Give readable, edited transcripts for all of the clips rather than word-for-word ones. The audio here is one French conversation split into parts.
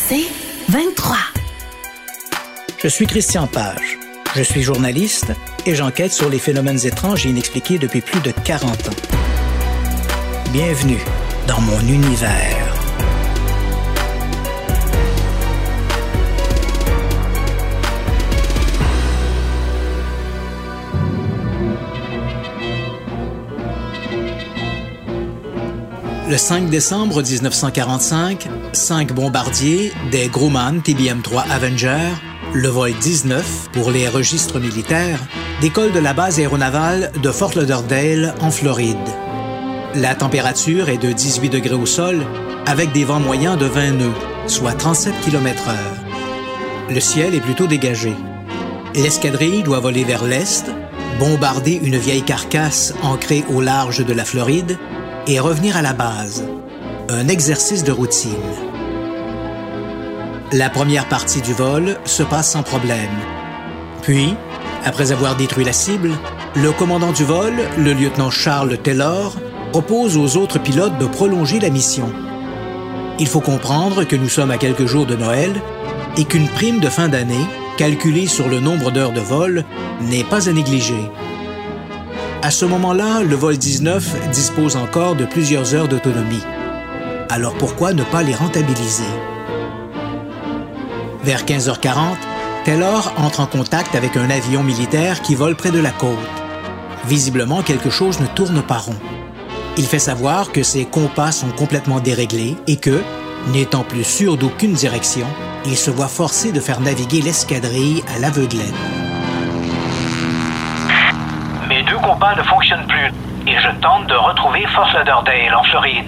C'est 23. Je suis Christian Page. Je suis journaliste et j'enquête sur les phénomènes étranges et inexpliqués depuis plus de 40 ans. Bienvenue dans mon univers. Le 5 décembre 1945, 5 bombardiers des Grumman TBM-3 Avenger, le vol 19 pour les registres militaires, décollent de la base aéronavale de Fort Lauderdale en Floride. La température est de 18 degrés au sol avec des vents moyens de 20 nœuds, soit 37 km/h. Le ciel est plutôt dégagé. L'escadrille doit voler vers l'est, bombarder une vieille carcasse ancrée au large de la Floride et revenir à la base. Un exercice de routine. La première partie du vol se passe sans problème. Puis, après avoir détruit la cible, le commandant du vol, le lieutenant Charles Taylor, propose aux autres pilotes de prolonger la mission. Il faut comprendre que nous sommes à quelques jours de Noël et qu'une prime de fin d'année, calculée sur le nombre d'heures de vol, n'est pas à négliger. À ce moment-là, le vol 19 dispose encore de plusieurs heures d'autonomie. Alors pourquoi ne pas les rentabiliser? Vers 15h40, Taylor entre en contact avec un avion militaire qui vole près de la côte. Visiblement, quelque chose ne tourne pas rond. Il fait savoir que ses compas sont complètement déréglés et que, n'étant plus sûr d'aucune direction, il se voit forcé de faire naviguer l'escadrille à l'aveuglette. Mes deux compas ne fonctionnent plus et je tente de retrouver Fort Lauderdale en Floride.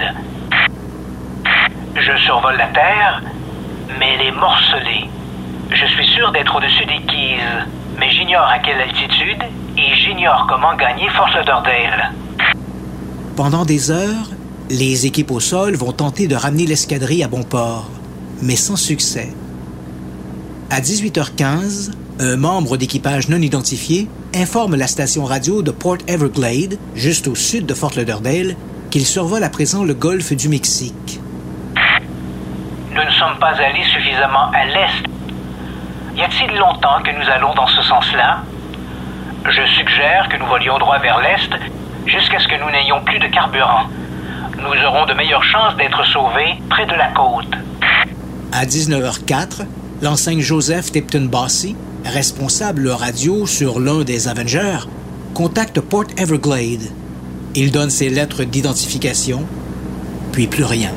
Je survole la Terre, mais elle est morcelée. Je suis sûr d'être au-dessus des Keys, mais j'ignore à quelle altitude et j'ignore comment gagner Fort Lauderdale. Pendant des heures, les équipes au sol vont tenter de ramener l'escadrille à bon port, mais sans succès. À 18h15, un membre d'équipage non identifié informe la station radio de Port Everglade, juste au sud de Fort Lauderdale, qu'il survole à présent le golfe du Mexique. Nous ne sommes pas allés suffisamment à l'est. Y a-t-il longtemps que nous allons dans ce sens-là? Je suggère que nous volions droit vers l'est jusqu'à ce que nous n'ayons plus de carburant. Nous aurons de meilleures chances d'être sauvés près de la côte. À 19h04, l'enseigne Joseph Tipton Bossy, responsable radio sur l'un des Avengers, contacte Port Everglade. Il donne ses lettres d'identification, puis plus rien.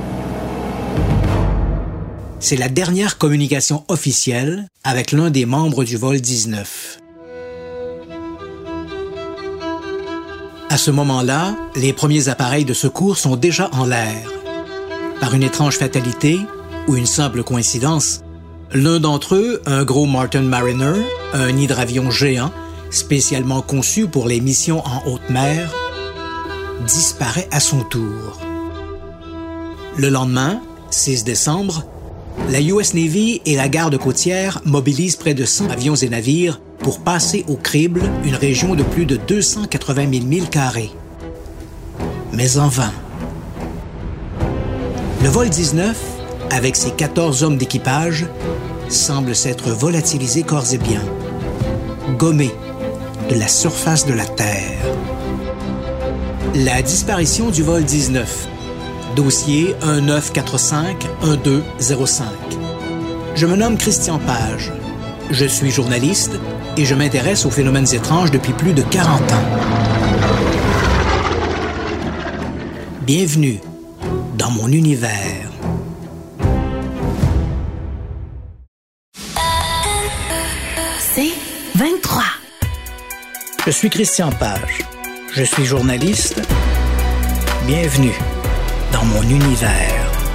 C'est la dernière communication officielle avec l'un des membres du vol 19. À ce moment-là, les premiers appareils de secours sont déjà en l'air. Par une étrange fatalité, ou une simple coïncidence, l'un d'entre eux, un gros Martin Mariner, un hydravion géant, spécialement conçu pour les missions en haute mer, disparaît à son tour. Le lendemain, 6 décembre, la US Navy et la garde côtière mobilisent près de 100 avions et navires pour passer au crible une région de plus de 280 000 milles carrés. Mais en vain. Le vol 19, avec ses 14 hommes d'équipage, semble s'être volatilisé corps et bien, gommé de la surface de la Terre. La disparition du vol 19. Dossier 1945-1205. Je me nomme Christian Page. Je suis journaliste et je m'intéresse aux phénomènes étranges depuis plus de 40 ans. Bienvenue dans mon univers. C'est 23. Je suis Christian Page. Je suis journaliste. Bienvenue dans mon univers.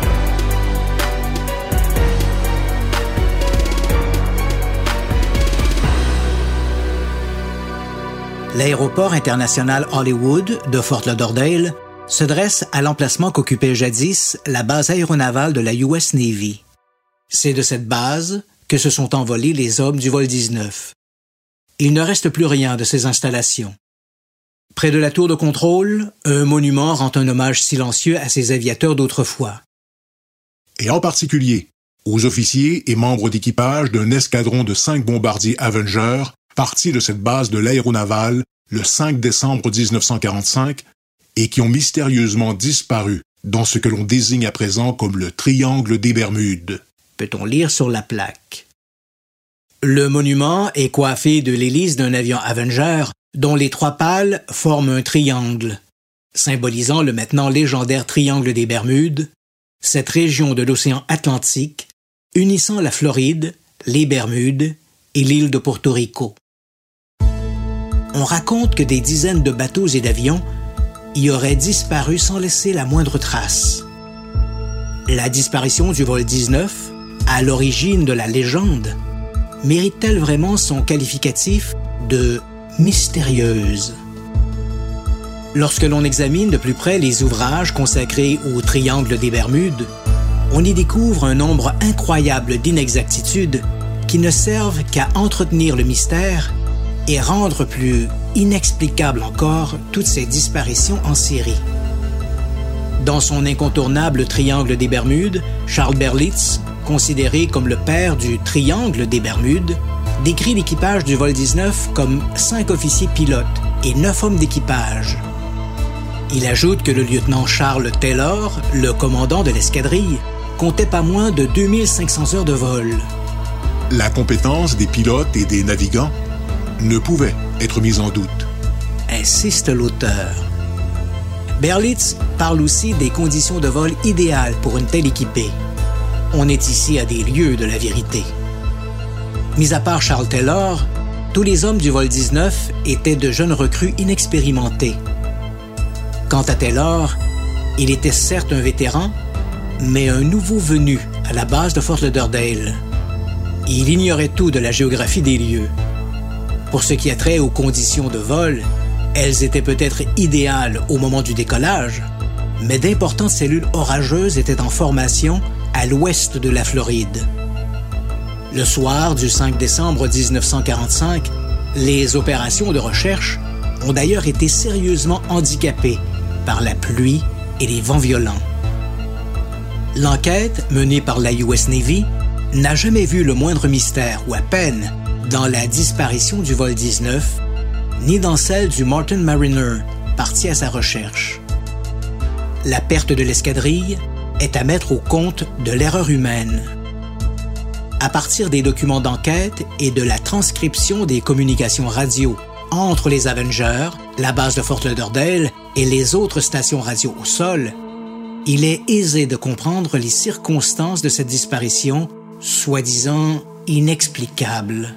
L'aéroport international Hollywood de Fort Lauderdale se dresse à l'emplacement qu'occupait jadis la base aéronavale de la US Navy. C'est de cette base que se sont envolés les hommes du vol 19. Il ne reste plus rien de ces installations. Près de la tour de contrôle, un monument rend un hommage silencieux à ces aviateurs d'autrefois. Et en particulier, aux officiers et membres d'équipage d'un escadron de 5 bombardiers Avenger partis de cette base de l'aéronavale le 5 décembre 1945 et qui ont mystérieusement disparu dans ce que l'on désigne à présent comme le triangle des Bermudes. Peut-on lire sur la plaque. Le monument est coiffé de l'hélice d'un avion Avenger dont les 3 pales forment un triangle, symbolisant le maintenant légendaire triangle des Bermudes, cette région de l'océan Atlantique unissant la Floride, les Bermudes et l'île de Porto Rico. On raconte que des dizaines de bateaux et d'avions y auraient disparu sans laisser la moindre trace. La disparition du vol 19, à l'origine de la légende, mérite-t-elle vraiment son qualificatif de mystérieuse? Lorsque l'on examine de plus près les ouvrages consacrés au triangle des Bermudes, on y découvre un nombre incroyable d'inexactitudes qui ne servent qu'à entretenir le mystère et rendre plus inexplicable encore toutes ces disparitions en série. Dans son incontournable Triangle des Bermudes, Charles Berlitz, considéré comme le père du Triangle des Bermudes, décrit l'équipage du vol 19 comme 5 officiers pilotes et 9 hommes d'équipage. Il ajoute que le lieutenant Charles Taylor, le commandant de l'escadrille, comptait pas moins de 2500 heures de vol. La compétence des pilotes et des navigants ne pouvait être mise en doute. Insiste l'auteur. Berlitz parle aussi des conditions de vol idéales pour une telle équipée. On est ici à des lieues de la vérité. Mis à part Charles Taylor, tous les hommes du vol 19 étaient de jeunes recrues inexpérimentés. Quant à Taylor, il était certes un vétéran, mais un nouveau venu à la base de Fort Lauderdale. Il ignorait tout de la géographie des lieux. Pour ce qui a trait aux conditions de vol, elles étaient peut-être idéales au moment du décollage, mais d'importantes cellules orageuses étaient en formation à l'ouest de la Floride. Le soir du 5 décembre 1945, les opérations de recherche ont d'ailleurs été sérieusement handicapées par la pluie et les vents violents. L'enquête menée par la US Navy n'a jamais vu le moindre mystère ou à peine dans la disparition du vol 19, ni dans celle du Martin Mariner, parti à sa recherche. La perte de l'escadrille est à mettre au compte de l'erreur humaine. À partir des documents d'enquête et de la transcription des communications radio entre les Avengers, la base de Fort Lauderdale et les autres stations radio au sol, il est aisé de comprendre les circonstances de cette disparition, soi-disant inexplicable.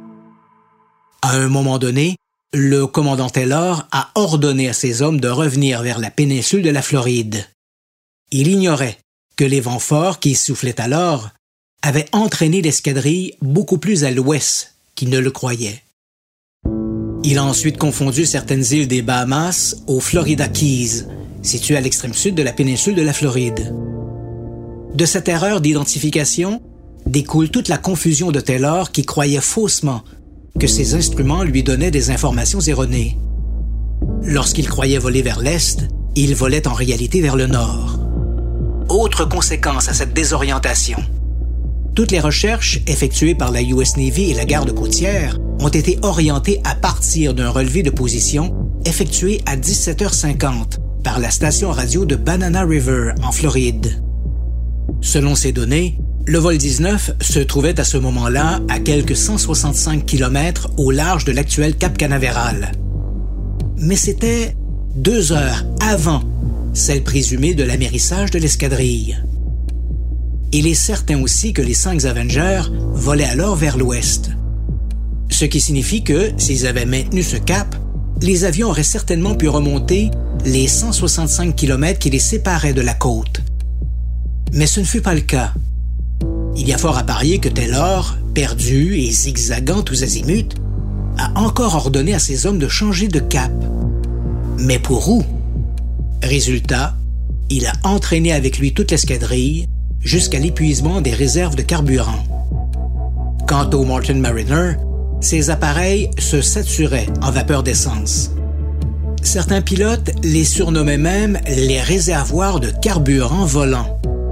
À un moment donné, le commandant Taylor a ordonné à ses hommes de revenir vers la péninsule de la Floride. Il ignorait que les vents forts qui soufflaient alors avaient entraîné l'escadrille beaucoup plus à l'ouest qu'il ne le croyait. Il a ensuite confondu certaines îles des Bahamas aux Florida Keys, situées à l'extrême sud de la péninsule de la Floride. De cette erreur d'identification découle toute la confusion de Taylor qui croyait faussement que ses instruments lui donnaient des informations erronées. Lorsqu'il croyait voler vers l'est, il volait en réalité vers le nord. Autre conséquence à cette désorientation. Toutes les recherches effectuées par la US Navy et la garde côtière ont été orientées à partir d'un relevé de position effectué à 17h50 par la station radio de Banana River, en Floride. Selon ces données, le vol 19 se trouvait à ce moment-là à quelques 165 km au large de l'actuel Cap Canaveral. Mais c'était 2 heures avant celle présumée de l'amérissage de l'escadrille. Il est certain aussi que les 5 Avengers volaient alors vers l'ouest. Ce qui signifie que, s'ils avaient maintenu ce cap, les avions auraient certainement pu remonter les 165 km qui les séparaient de la côte. Mais ce ne fut pas le cas. Il y a fort à parier que Taylor, perdu et zigzagant tous azimuts, a encore ordonné à ses hommes de changer de cap. Mais pour où? Résultat, il a entraîné avec lui toute l'escadrille jusqu'à l'épuisement des réserves de carburant. Quant au Martin Mariner, ses appareils se saturaient en vapeur d'essence. Certains pilotes les surnommaient même les réservoirs de carburant volants.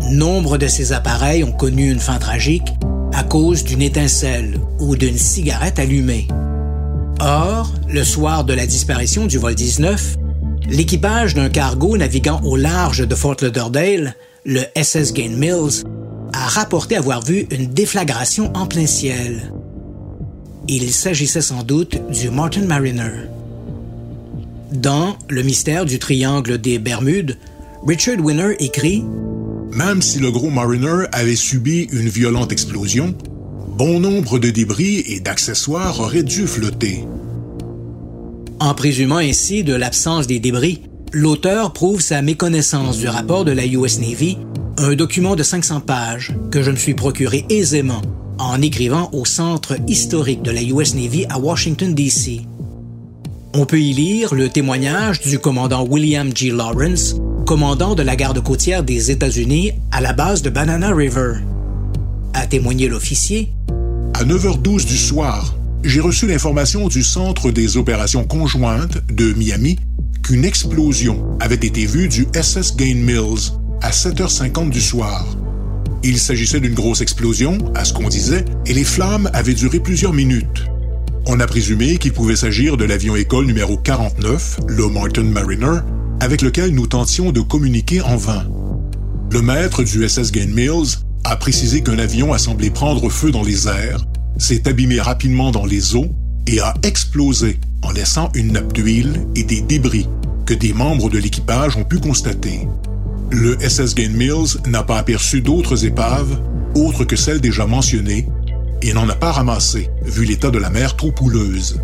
Nombre de ces appareils ont connu une fin tragique à cause d'une étincelle ou d'une cigarette allumée. Or, le soir de la disparition du vol 19, l'équipage d'un cargo naviguant au large de Fort Lauderdale, le SS Gain Mills, a rapporté avoir vu une déflagration en plein ciel. Il s'agissait sans doute du Martin Mariner. Dans Le mystère du triangle des Bermudes, Richard Winner écrit « Même si le gros Mariner avait subi une violente explosion, bon nombre de débris et d'accessoires auraient dû flotter. » En présumant ainsi de l'absence des débris, l'auteur prouve sa méconnaissance du rapport de la US Navy, un document de 500 pages que je me suis procuré aisément en écrivant au Centre historique de la US Navy à Washington, D.C. On peut y lire le témoignage du commandant William G. Lawrence, commandant de la garde côtière des États-Unis à la base de Banana River. A témoigné l'officier. À 9h12 du soir, j'ai reçu l'information du Centre des opérations conjointes de Miami qu'une explosion avait été vue du SS Gain Mills à 7h50 du soir. Il s'agissait d'une grosse explosion, à ce qu'on disait, et les flammes avaient duré plusieurs minutes. On a présumé qu'il pouvait s'agir de l'avion-école numéro 49, le Martin Mariner, avec lequel nous tentions de communiquer en vain. Le maître du SS Gain Mills a précisé qu'un avion a semblé prendre feu dans les airs, s'est abîmé rapidement dans les eaux et a explosé en laissant une nappe d'huile et des débris que des membres de l'équipage ont pu constater. Le SS Gain Mills n'a pas aperçu d'autres épaves, autres que celles déjà mentionnées, et n'en a pas ramassé, vu l'état de la mer trop houleuse.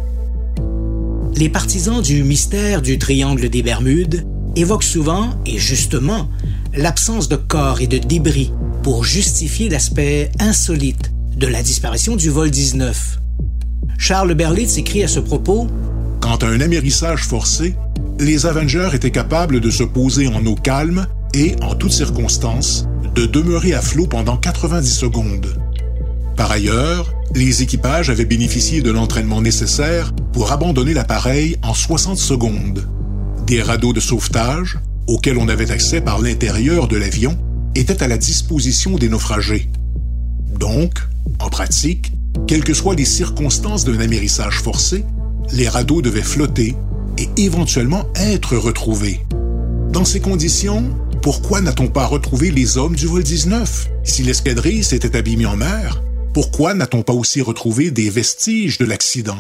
Les partisans du mystère du triangle des Bermudes évoquent souvent, et justement, l'absence de corps et de débris pour justifier l'aspect insolite de la disparition du vol 19. Charles Berlitz écrit à ce propos « Quant à un amérissage forcé, les Avengers étaient capables de se poser en eau calme et, en toutes circonstances, de demeurer à flot pendant 90 secondes. Par ailleurs, les équipages avaient bénéficié de l'entraînement nécessaire pour abandonner l'appareil en 60 secondes. Des radeaux de sauvetage, auxquels on avait accès par l'intérieur de l'avion, étaient à la disposition des naufragés. Donc, en pratique, quelles que soient les circonstances d'un amérissage forcé, les radeaux devaient flotter et éventuellement être retrouvés. Dans ces conditions, pourquoi n'a-t-on pas retrouvé les hommes du vol 19? Si l'escadrille s'était abîmée en mer, pourquoi n'a-t-on pas aussi retrouvé des vestiges de l'accident?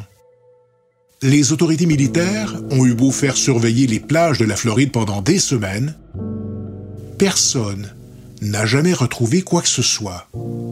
Les autorités militaires ont eu beau faire surveiller les plages de la Floride pendant des semaines, personne n'a jamais retrouvé quoi que ce soit.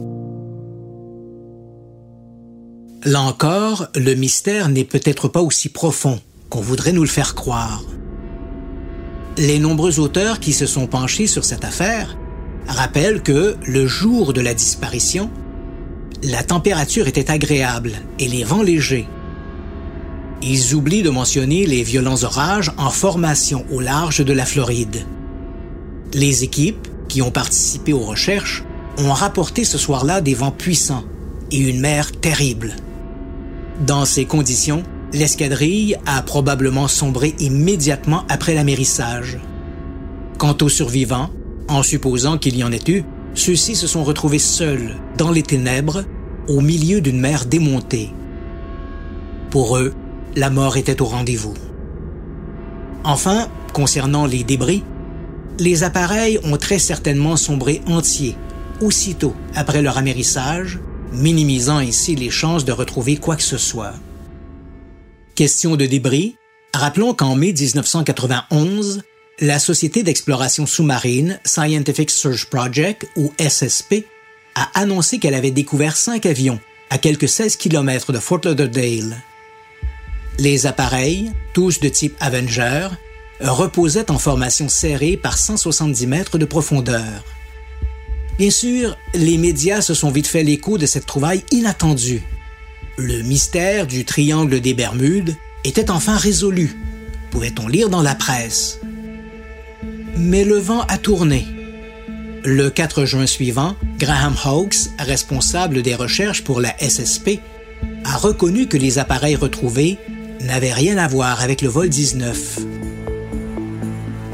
Là encore, le mystère n'est peut-être pas aussi profond qu'on voudrait nous le faire croire. Les nombreux auteurs qui se sont penchés sur cette affaire rappellent que, le jour de la disparition, la température était agréable et les vents légers. Ils oublient de mentionner les violents orages en formation au large de la Floride. Les équipes qui ont participé aux recherches ont rapporté ce soir-là des vents puissants et une mer terrible. Dans ces conditions, l'escadrille a probablement sombré immédiatement après l'amérissage. Quant aux survivants, en supposant qu'il y en ait eu, ceux-ci se sont retrouvés seuls, dans les ténèbres, au milieu d'une mer démontée. Pour eux, la mort était au rendez-vous. Enfin, concernant les débris, les appareils ont très certainement sombré entiers, aussitôt après leur amérissage, minimisant ainsi les chances de retrouver quoi que ce soit. Question de débris, rappelons qu'en mai 1991, la Société d'exploration sous-marine Scientific Search Project, ou SSP, a annoncé qu'elle avait découvert 5 avions à quelques 16 km de Fort Lauderdale. Les appareils, tous de type Avenger, reposaient en formation serrée par 170 mètres de profondeur. Bien sûr, les médias se sont vite fait l'écho de cette trouvaille inattendue. Le mystère du triangle des Bermudes était enfin résolu, pouvait-on lire dans la presse. Mais le vent a tourné. Le 4 juin suivant, Graham Hawkes, responsable des recherches pour la SSP, a reconnu que les appareils retrouvés n'avaient rien à voir avec le vol 19.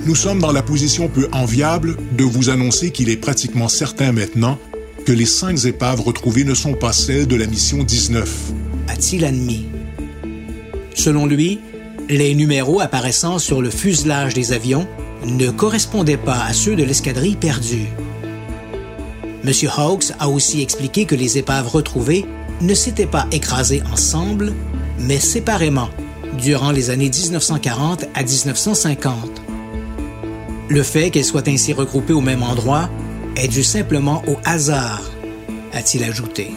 nous sommes dans la position peu enviable de vous annoncer qu'il est pratiquement certain maintenant que les 5 épaves retrouvées ne sont pas celles de la mission 19. A-t-il admis. Selon lui, les numéros apparaissant sur le fuselage des avions ne correspondaient pas à ceux de l'escadrille perdue. M. Hawks a aussi expliqué que les épaves retrouvées ne s'étaient pas écrasées ensemble, mais séparément, durant les années 1940 à 1950. Le fait qu'elles soient ainsi regroupées au même endroit est dû simplement au hasard, a-t-il ajouté.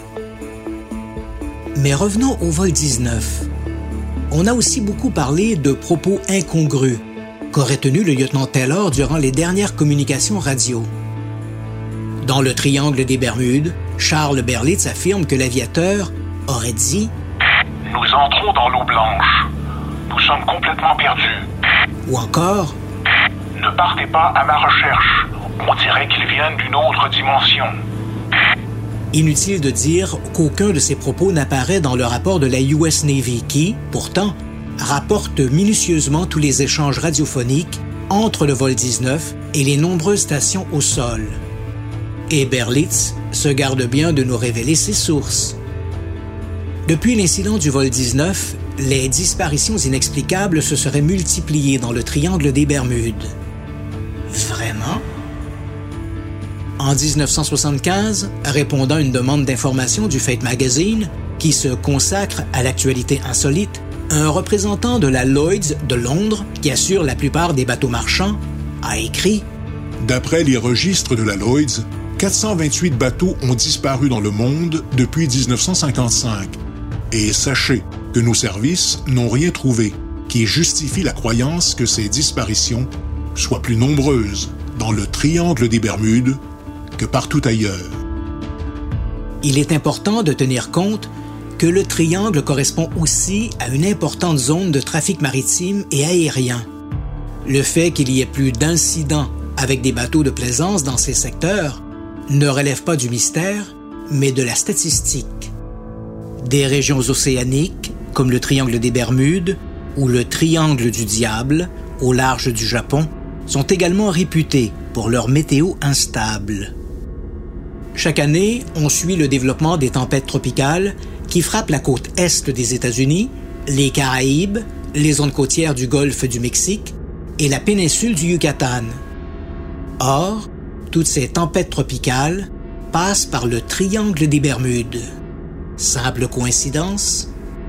Mais revenons au vol 19. On a aussi beaucoup parlé de propos incongrus qu'aurait tenu le lieutenant Taylor durant les dernières communications radio. Dans le triangle des Bermudes, Charles Berlitz affirme que l'aviateur aurait dit « Nous entrons dans l'eau blanche. Nous sommes complètement perdus. » Ou encore « Ne partez pas à ma recherche. On dirait qu'ils viennent d'une autre dimension. » Inutile de dire qu'aucun de ces propos n'apparaît dans le rapport de la US Navy qui, pourtant, rapporte minutieusement tous les échanges radiophoniques entre le vol 19 et les nombreuses stations au sol. Et Berlitz se garde bien de nous révéler ses sources. Depuis l'incident du vol 19, les disparitions inexplicables se seraient multipliées dans le triangle des Bermudes. Vraiment? En 1975, répondant à une demande d'information du Fate Magazine, qui se consacre à l'actualité insolite, un représentant de la Lloyd's de Londres, qui assure la plupart des bateaux marchands, a écrit « D'après les registres de la Lloyd's, 428 bateaux ont disparu dans le monde depuis 1955. Et sachez que nos services n'ont rien trouvé qui justifie la croyance que ces disparitions soient plus nombreuses dans le triangle des Bermudes que partout ailleurs. » Il est important de tenir compte que le triangle correspond aussi à une importante zone de trafic maritime et aérien. Le fait qu'il y ait plus d'incidents avec des bateaux de plaisance dans ces secteurs ne relève pas du mystère, mais de la statistique. Des régions océaniques, comme le triangle des Bermudes ou le triangle du Diable, au large du Japon, sont également réputées pour leur météo instable. Chaque année, on suit le développement des tempêtes tropicales qui frappent la côte est des États-Unis, les Caraïbes, les zones côtières du golfe du Mexique et la péninsule du Yucatan. Or, toutes ces tempêtes tropicales passent par le triangle des Bermudes. Simple coïncidence?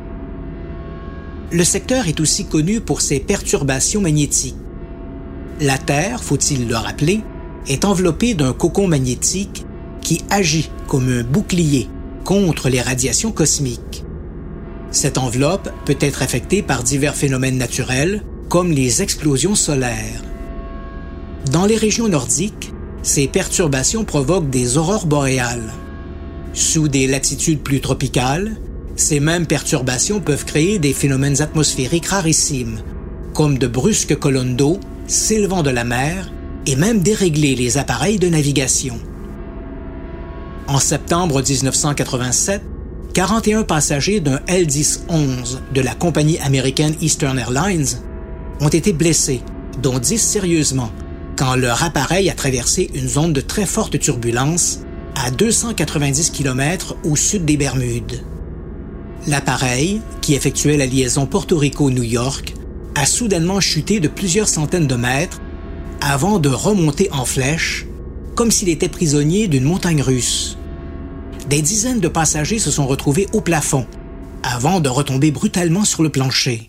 Le secteur est aussi connu pour ses perturbations magnétiques. La Terre, faut-il le rappeler, est enveloppée d'un cocon magnétique qui agit comme un bouclier contre les radiations cosmiques. Cette enveloppe peut être affectée par divers phénomènes naturels, comme les explosions solaires. Dans les régions nordiques, ces perturbations provoquent des aurores boréales. Sous des latitudes plus tropicales, ces mêmes perturbations peuvent créer des phénomènes atmosphériques rarissimes, comme de brusques colonnes d'eau s'élevant de la mer et même dérégler les appareils de navigation. En septembre 1987, 41 passagers d'un L-10-11 de la compagnie américaine Eastern Airlines ont été blessés, dont 10 sérieusement, quand leur appareil a traversé une zone de très forte turbulence à 290 km au sud des Bermudes. L'appareil, qui effectuait la liaison Porto Rico-New York, a soudainement chuté de plusieurs centaines de mètres avant de remonter en flèche, comme s'il était prisonnier d'une montagne russe. Des dizaines de passagers se sont retrouvés au plafond, avant de retomber brutalement sur le plancher.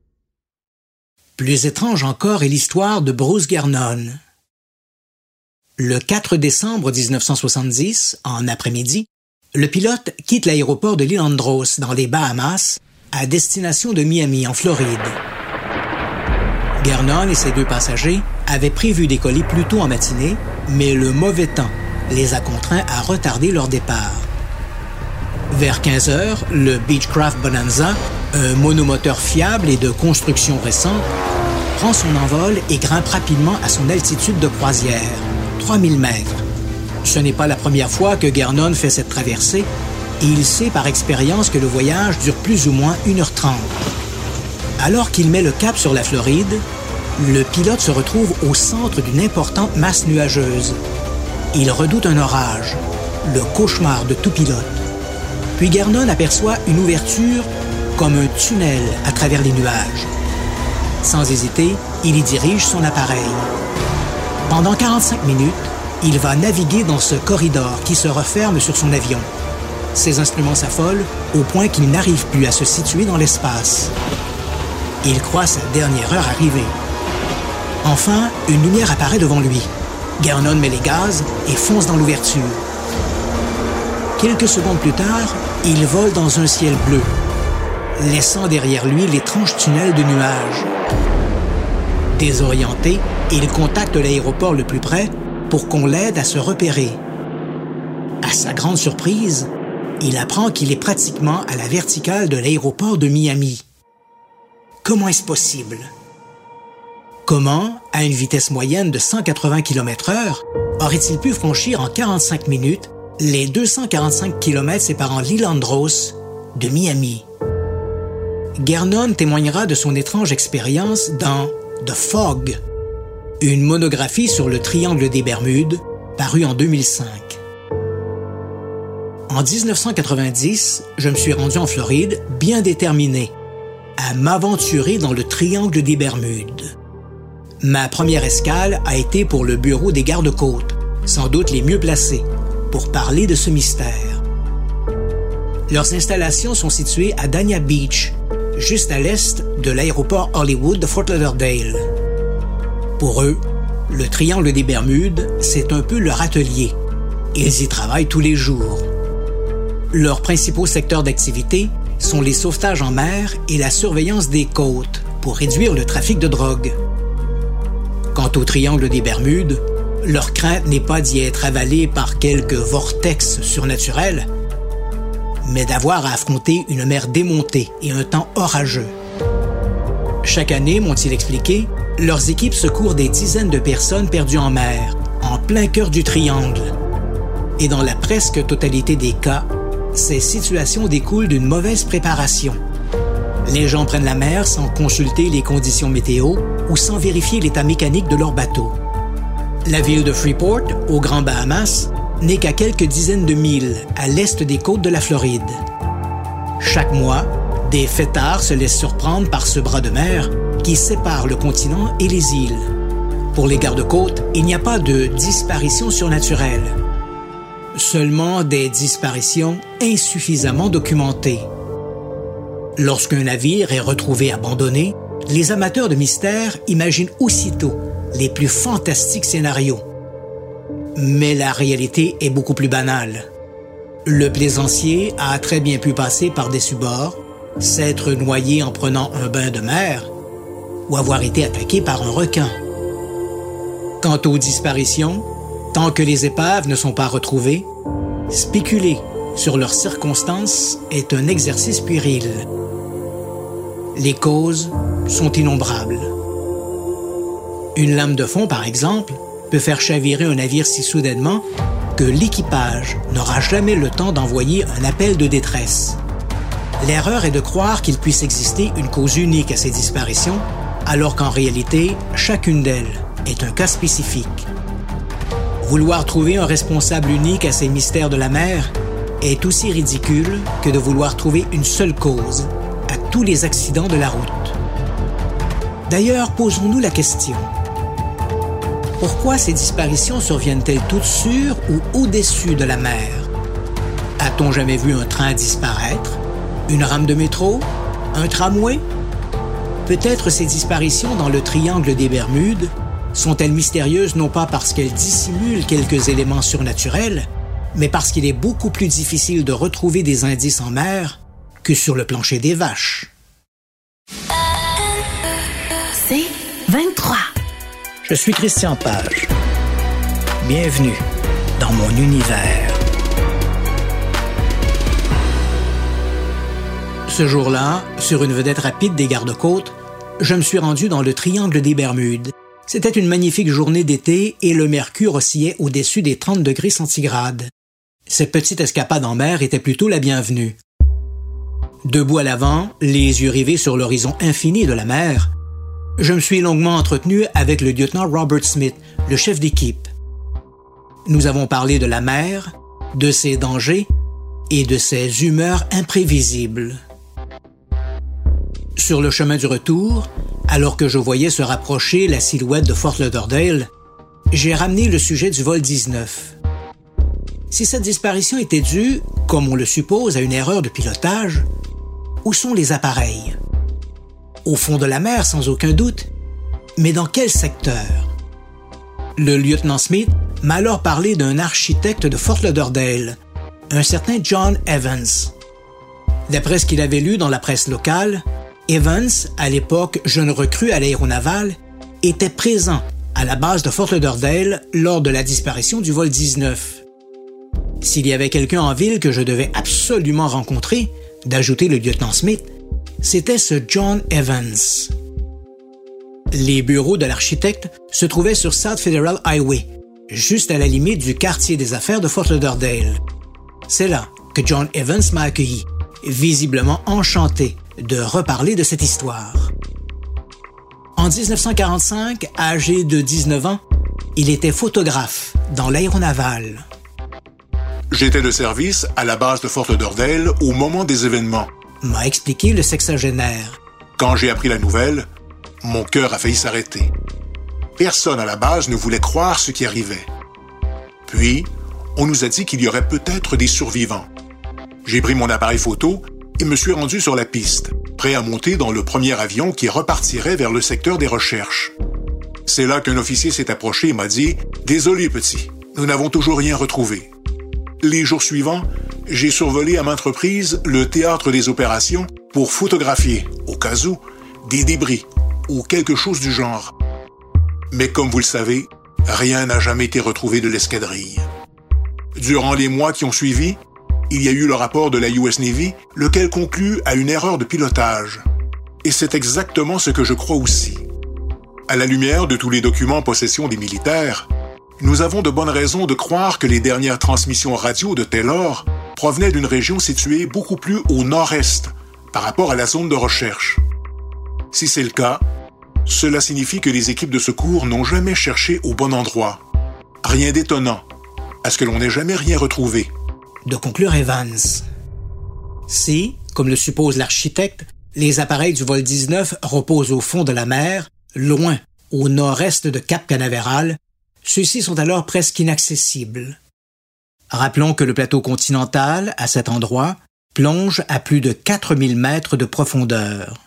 Plus étrange encore est l'histoire de Bruce Gernon. Le 4 décembre 1970, en après-midi, le pilote quitte l'aéroport de l'île Andros, dans les Bahamas, à destination de Miami, en Floride. Gernon et ses 2 passagers avaient prévu décoller plus tôt en matinée, mais le mauvais temps les a contraints à retarder leur départ. Vers 15 heures, le Beechcraft Bonanza, un monomoteur fiable et de construction récente, prend son envol et grimpe rapidement à son altitude de croisière, 3000 mètres. Ce n'est pas la première fois que Gernon fait cette traversée et il sait par expérience que le voyage dure plus ou moins 1h30. Alors qu'il met le cap sur la Floride, le pilote se retrouve au centre d'une importante masse nuageuse. Il redoute un orage, le cauchemar de tout pilote. Puis Garnon aperçoit une ouverture comme un tunnel à travers les nuages. Sans hésiter, il y dirige son appareil. Pendant 45 minutes, il va naviguer dans ce corridor qui se referme sur son avion. Ses instruments s'affolent au point qu'il n'arrive plus à se situer dans l'espace. Il croit sa dernière heure arriver. Enfin, une lumière apparaît devant lui. Garnon met les gaz et fonce dans l'ouverture. Quelques secondes plus tard, il vole dans un ciel bleu, laissant derrière lui l'étrange tunnel de nuages. Désorienté, il contacte l'aéroport le plus près pour qu'on l'aide à se repérer. À sa grande surprise, il apprend qu'il est pratiquement à la verticale de l'aéroport de Miami. Comment est-ce possible? Comment, à une vitesse moyenne de 180 km/h, aurait-il pu franchir en 45 minutes les 245 km séparant l'île Andros de Miami? Garnon témoignera de son étrange expérience dans The Fog, une monographie sur le triangle des Bermudes, parue en 2005. En 1990, je me suis rendu en Floride bien déterminé à m'aventurer dans le triangle des Bermudes. Ma première escale a été pour le bureau des gardes-côtes, sans doute les mieux placés, pour parler de ce mystère. Leurs installations sont situées à Dania Beach, juste à l'est de l'aéroport Hollywood de Fort Lauderdale. Pour eux, le triangle des Bermudes, c'est un peu leur atelier. Ils y travaillent tous les jours. Leurs principaux secteurs d'activité sont les sauvetages en mer et la surveillance des côtes pour réduire le trafic de drogue. Quant au triangle des Bermudes, leur crainte n'est pas d'y être avalé par quelques vortex surnaturels, mais d'avoir à affronter une mer démontée et un temps orageux. Chaque année, m'ont-ils expliqué, leurs équipes secourent des dizaines de personnes perdues en mer, en plein cœur du triangle. Et dans la presque totalité des cas, ces situations découlent d'une mauvaise préparation. Les gens prennent la mer sans consulter les conditions météo ou sans vérifier l'état mécanique de leur bateau. La ville de Freeport, aux Grands Bahamas, n'est qu'à quelques dizaines de milles à l'est des côtes de la Floride. Chaque mois, des fêtards se laissent surprendre par ce bras de mer qui sépare le continent et les îles. Pour les gardes-côtes, il n'y a pas de disparition surnaturelle, seulement des disparitions insuffisamment documentées. Lorsqu'un navire est retrouvé abandonné, les amateurs de mystère imaginent aussitôt les plus fantastiques scénarios. Mais la réalité est beaucoup plus banale. Le plaisancier a très bien pu passer par-dessus bord, s'être noyé en prenant un bain de mer ou avoir été attaqué par un requin. Quant aux disparitions, tant que les épaves ne sont pas retrouvées, spéculer sur leurs circonstances est un exercice puéril. Les causes sont innombrables. Une lame de fond, par exemple, peut faire chavirer un navire si soudainement que l'équipage n'aura jamais le temps d'envoyer un appel de détresse. L'erreur est de croire qu'il puisse exister une cause unique à ces disparitions, alors qu'en réalité, chacune d'elles est un cas spécifique. Vouloir trouver un responsable unique à ces mystères de la mer est aussi ridicule que de vouloir trouver une seule cause à tous les accidents de la route. D'ailleurs, posons-nous la question. Pourquoi ces disparitions surviennent-elles toutes sur ou au-dessus de la mer? A-t-on jamais vu un train disparaître? Une rame de métro? Un tramway? Peut-être ces disparitions dans le triangle des Bermudes sont-elles mystérieuses non pas parce qu'elles dissimulent quelques éléments surnaturels, mais parce qu'il est beaucoup plus difficile de retrouver des indices en mer que sur le plancher des vaches. C'est 23. Je suis Christian Page. Bienvenue dans mon univers. Ce jour-là, sur une vedette rapide des gardes-côtes, je me suis rendu dans le triangle des Bermudes. C'était une magnifique journée d'été et le mercure oscillait au-dessus des 30 degrés centigrades. Cette petite escapade en mer était plutôt la bienvenue. Debout à l'avant, les yeux rivés sur l'horizon infini de la mer, je me suis longuement entretenu avec le lieutenant Robert Smith, le chef d'équipe. Nous avons parlé de la mer, de ses dangers et de ses humeurs imprévisibles. Sur le chemin du retour, alors que je voyais se rapprocher la silhouette de Fort Lauderdale, j'ai ramené le sujet du vol 19. Si cette disparition était due, comme on le suppose, à une erreur de pilotage, où sont les appareils? Au fond de la mer, sans aucun doute, mais dans quel secteur? Le lieutenant Smith m'a alors parlé d'un architecte de Fort Lauderdale, un certain John Evans. D'après ce qu'il avait lu dans la presse locale, Evans, à l'époque jeune recrue à l'aéronavale, était présent à la base de Fort Lauderdale lors de la disparition du vol 19. S'il y avait quelqu'un en ville que je devais absolument rencontrer, d'ajouter le lieutenant Smith, c'était ce John Evans. Les bureaux de l'architecte se trouvaient sur South Federal Highway, juste à la limite du quartier des affaires de Fort Lauderdale. C'est là que John Evans m'a accueilli, visiblement enchanté de reparler de cette histoire. En 1945, âgé de 19 ans, il était photographe dans l'aéronavale. J'étais de service à la base de Fort Lauderdale au moment des événements, m'a expliqué le sexagénaire. Quand j'ai appris la nouvelle, mon cœur a failli s'arrêter. Personne à la base ne voulait croire ce qui arrivait. Puis, on nous a dit qu'il y aurait peut-être des survivants. J'ai pris mon appareil photo et me suis rendu sur la piste, prêt à monter dans le premier avion qui repartirait vers le secteur des recherches. C'est là qu'un officier s'est approché et m'a dit « Désolé, petit, nous n'avons toujours rien retrouvé. » Les jours suivants, j'ai survolé à maintes reprises le théâtre des opérations pour photographier, au cas où, des débris ou quelque chose du genre. Mais comme vous le savez, rien n'a jamais été retrouvé de l'escadrille. Durant les mois qui ont suivi, il y a eu le rapport de la US Navy, lequel conclut à une erreur de pilotage. Et c'est exactement ce que je crois aussi. À la lumière de tous les documents en possession des militaires, nous avons de bonnes raisons de croire que les dernières transmissions radio de Taylor provenaient d'une région située beaucoup plus au nord-est par rapport à la zone de recherche. Si c'est le cas, cela signifie que les équipes de secours n'ont jamais cherché au bon endroit. Rien d'étonnant, à ce que l'on n'ait jamais rien retrouvé. De conclure Evans. Si, comme le suppose l'architecte, les appareils du vol 19 reposent au fond de la mer, loin, au nord-est de Cap Canaveral, ceux-ci sont alors presque inaccessibles. Rappelons que le plateau continental, à cet endroit, plonge à plus de 4000 mètres de profondeur.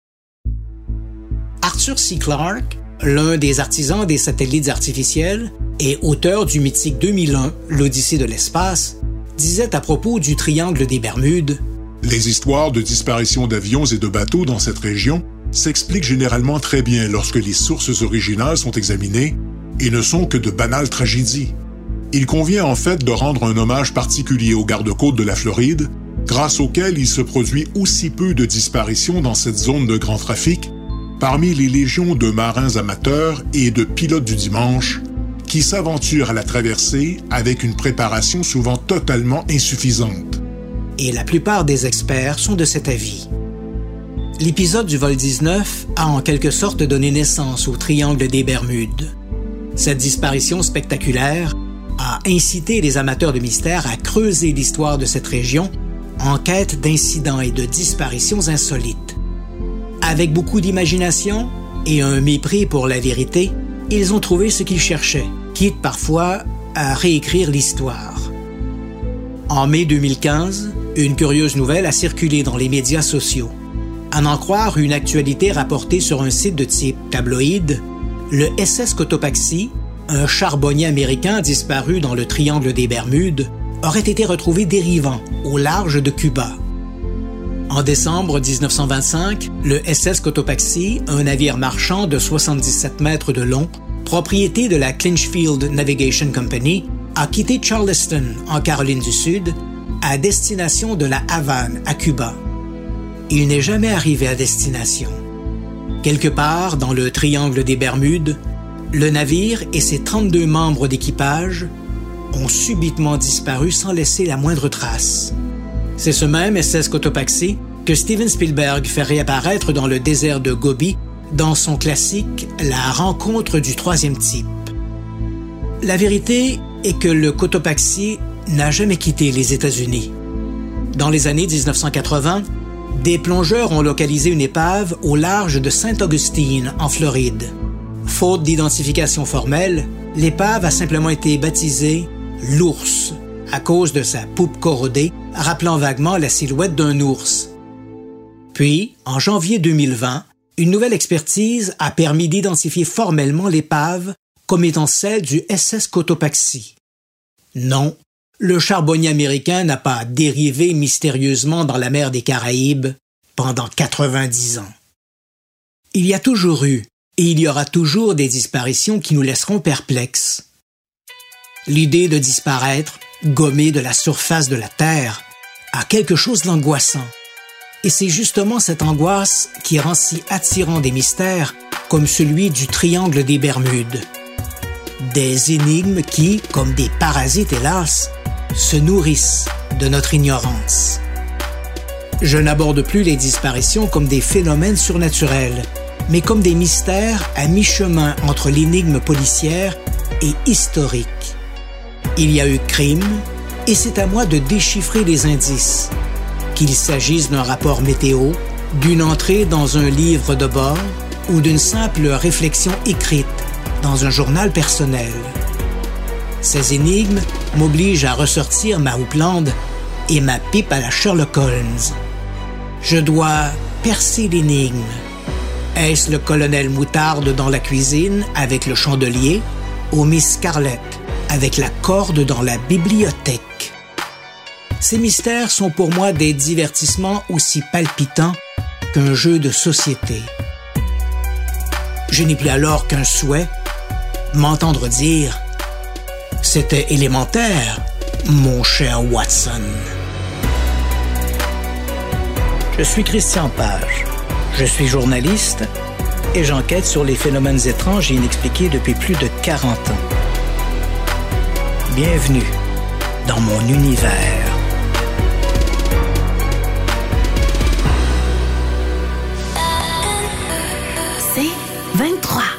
Arthur C. Clarke, l'un des artisans des satellites artificiels et auteur du mythique 2001, l'Odyssée de l'espace, disait à propos du triangle des Bermudes: « Les histoires de disparition d'avions et de bateaux dans cette région s'expliquent généralement très bien lorsque les sources originales sont examinées et ne sont que de banales tragédies. Il convient en fait de rendre un hommage particulier aux gardes-côtes de la Floride, grâce auxquels il se produit aussi peu de disparitions dans cette zone de grand trafic, parmi les légions de marins amateurs et de pilotes du dimanche, qui s'aventurent à la traversée avec une préparation souvent totalement insuffisante. » Et la plupart des experts sont de cet avis. L'épisode du vol 19 a en quelque sorte donné naissance au triangle des Bermudes. Cette disparition spectaculaire a incité les amateurs de mystère à creuser l'histoire de cette région en quête d'incidents et de disparitions insolites. Avec beaucoup d'imagination et un mépris pour la vérité, ils ont trouvé ce qu'ils cherchaient, quitte parfois à réécrire l'histoire. En mai 2015, une curieuse nouvelle a circulé dans les médias sociaux. À n'en croire une actualité rapportée sur un site de type tabloïd, le SS Cotopaxi, un charbonnier américain disparu dans le triangle des Bermudes, aurait été retrouvé dérivant au large de Cuba. En décembre 1925, le SS Cotopaxi, un navire marchand de 77 mètres de long, propriété de la Clinchfield Navigation Company, a quitté Charleston, en Caroline du Sud, à destination de la Havane, à Cuba. Il n'est jamais arrivé à destination. Quelque part dans le triangle des Bermudes, le navire et ses 32 membres d'équipage ont subitement disparu sans laisser la moindre trace. C'est ce même SS Cotopaxi que Steven Spielberg fait réapparaître dans le désert de Gobi dans son classique « La rencontre du troisième type ». La vérité est que le Cotopaxi n'a jamais quitté les États-Unis. Dans les années 1980, des plongeurs ont localisé une épave au large de Saint-Augustine, en Floride. Faute d'identification formelle, l'épave a simplement été baptisée « l'ours » à cause de sa poupe corrodée, rappelant vaguement la silhouette d'un ours. Puis, en janvier 2020, une nouvelle expertise a permis d'identifier formellement l'épave comme étant celle du SS Cotopaxi. Non, le charbonnier américain n'a pas dérivé mystérieusement dans la mer des Caraïbes pendant 90 ans. Il y a toujours eu et il y aura toujours des disparitions qui nous laisseront perplexes. L'idée de disparaître, gommé de la surface de la Terre, a quelque chose d'angoissant. Et c'est justement cette angoisse qui rend si attirant des mystères comme celui du triangle des Bermudes. Des énigmes qui, comme des parasites hélas, se nourrissent de notre ignorance. Je n'aborde plus les disparitions comme des phénomènes surnaturels, mais comme des mystères à mi-chemin entre l'énigme policière et historique. Il y a eu crime, et c'est à moi de déchiffrer les indices, qu'il s'agisse d'un rapport météo, d'une entrée dans un livre de bord ou d'une simple réflexion écrite dans un journal personnel. Ces énigmes m'obligent à ressortir ma houppelande et ma pipe à la Sherlock Holmes. Je dois percer l'énigme. Est-ce le colonel Moutarde dans la cuisine avec le chandelier ou Miss Scarlett avec la corde dans la bibliothèque? Ces mystères sont pour moi des divertissements aussi palpitants qu'un jeu de société. Je n'ai plus alors qu'un souhait, m'entendre dire « C'était élémentaire, mon cher Watson ». Je suis Christian Page. Je suis journaliste et j'enquête sur les phénomènes étranges et inexpliqués depuis plus de 40 ans. Bienvenue dans mon univers. C'est 23.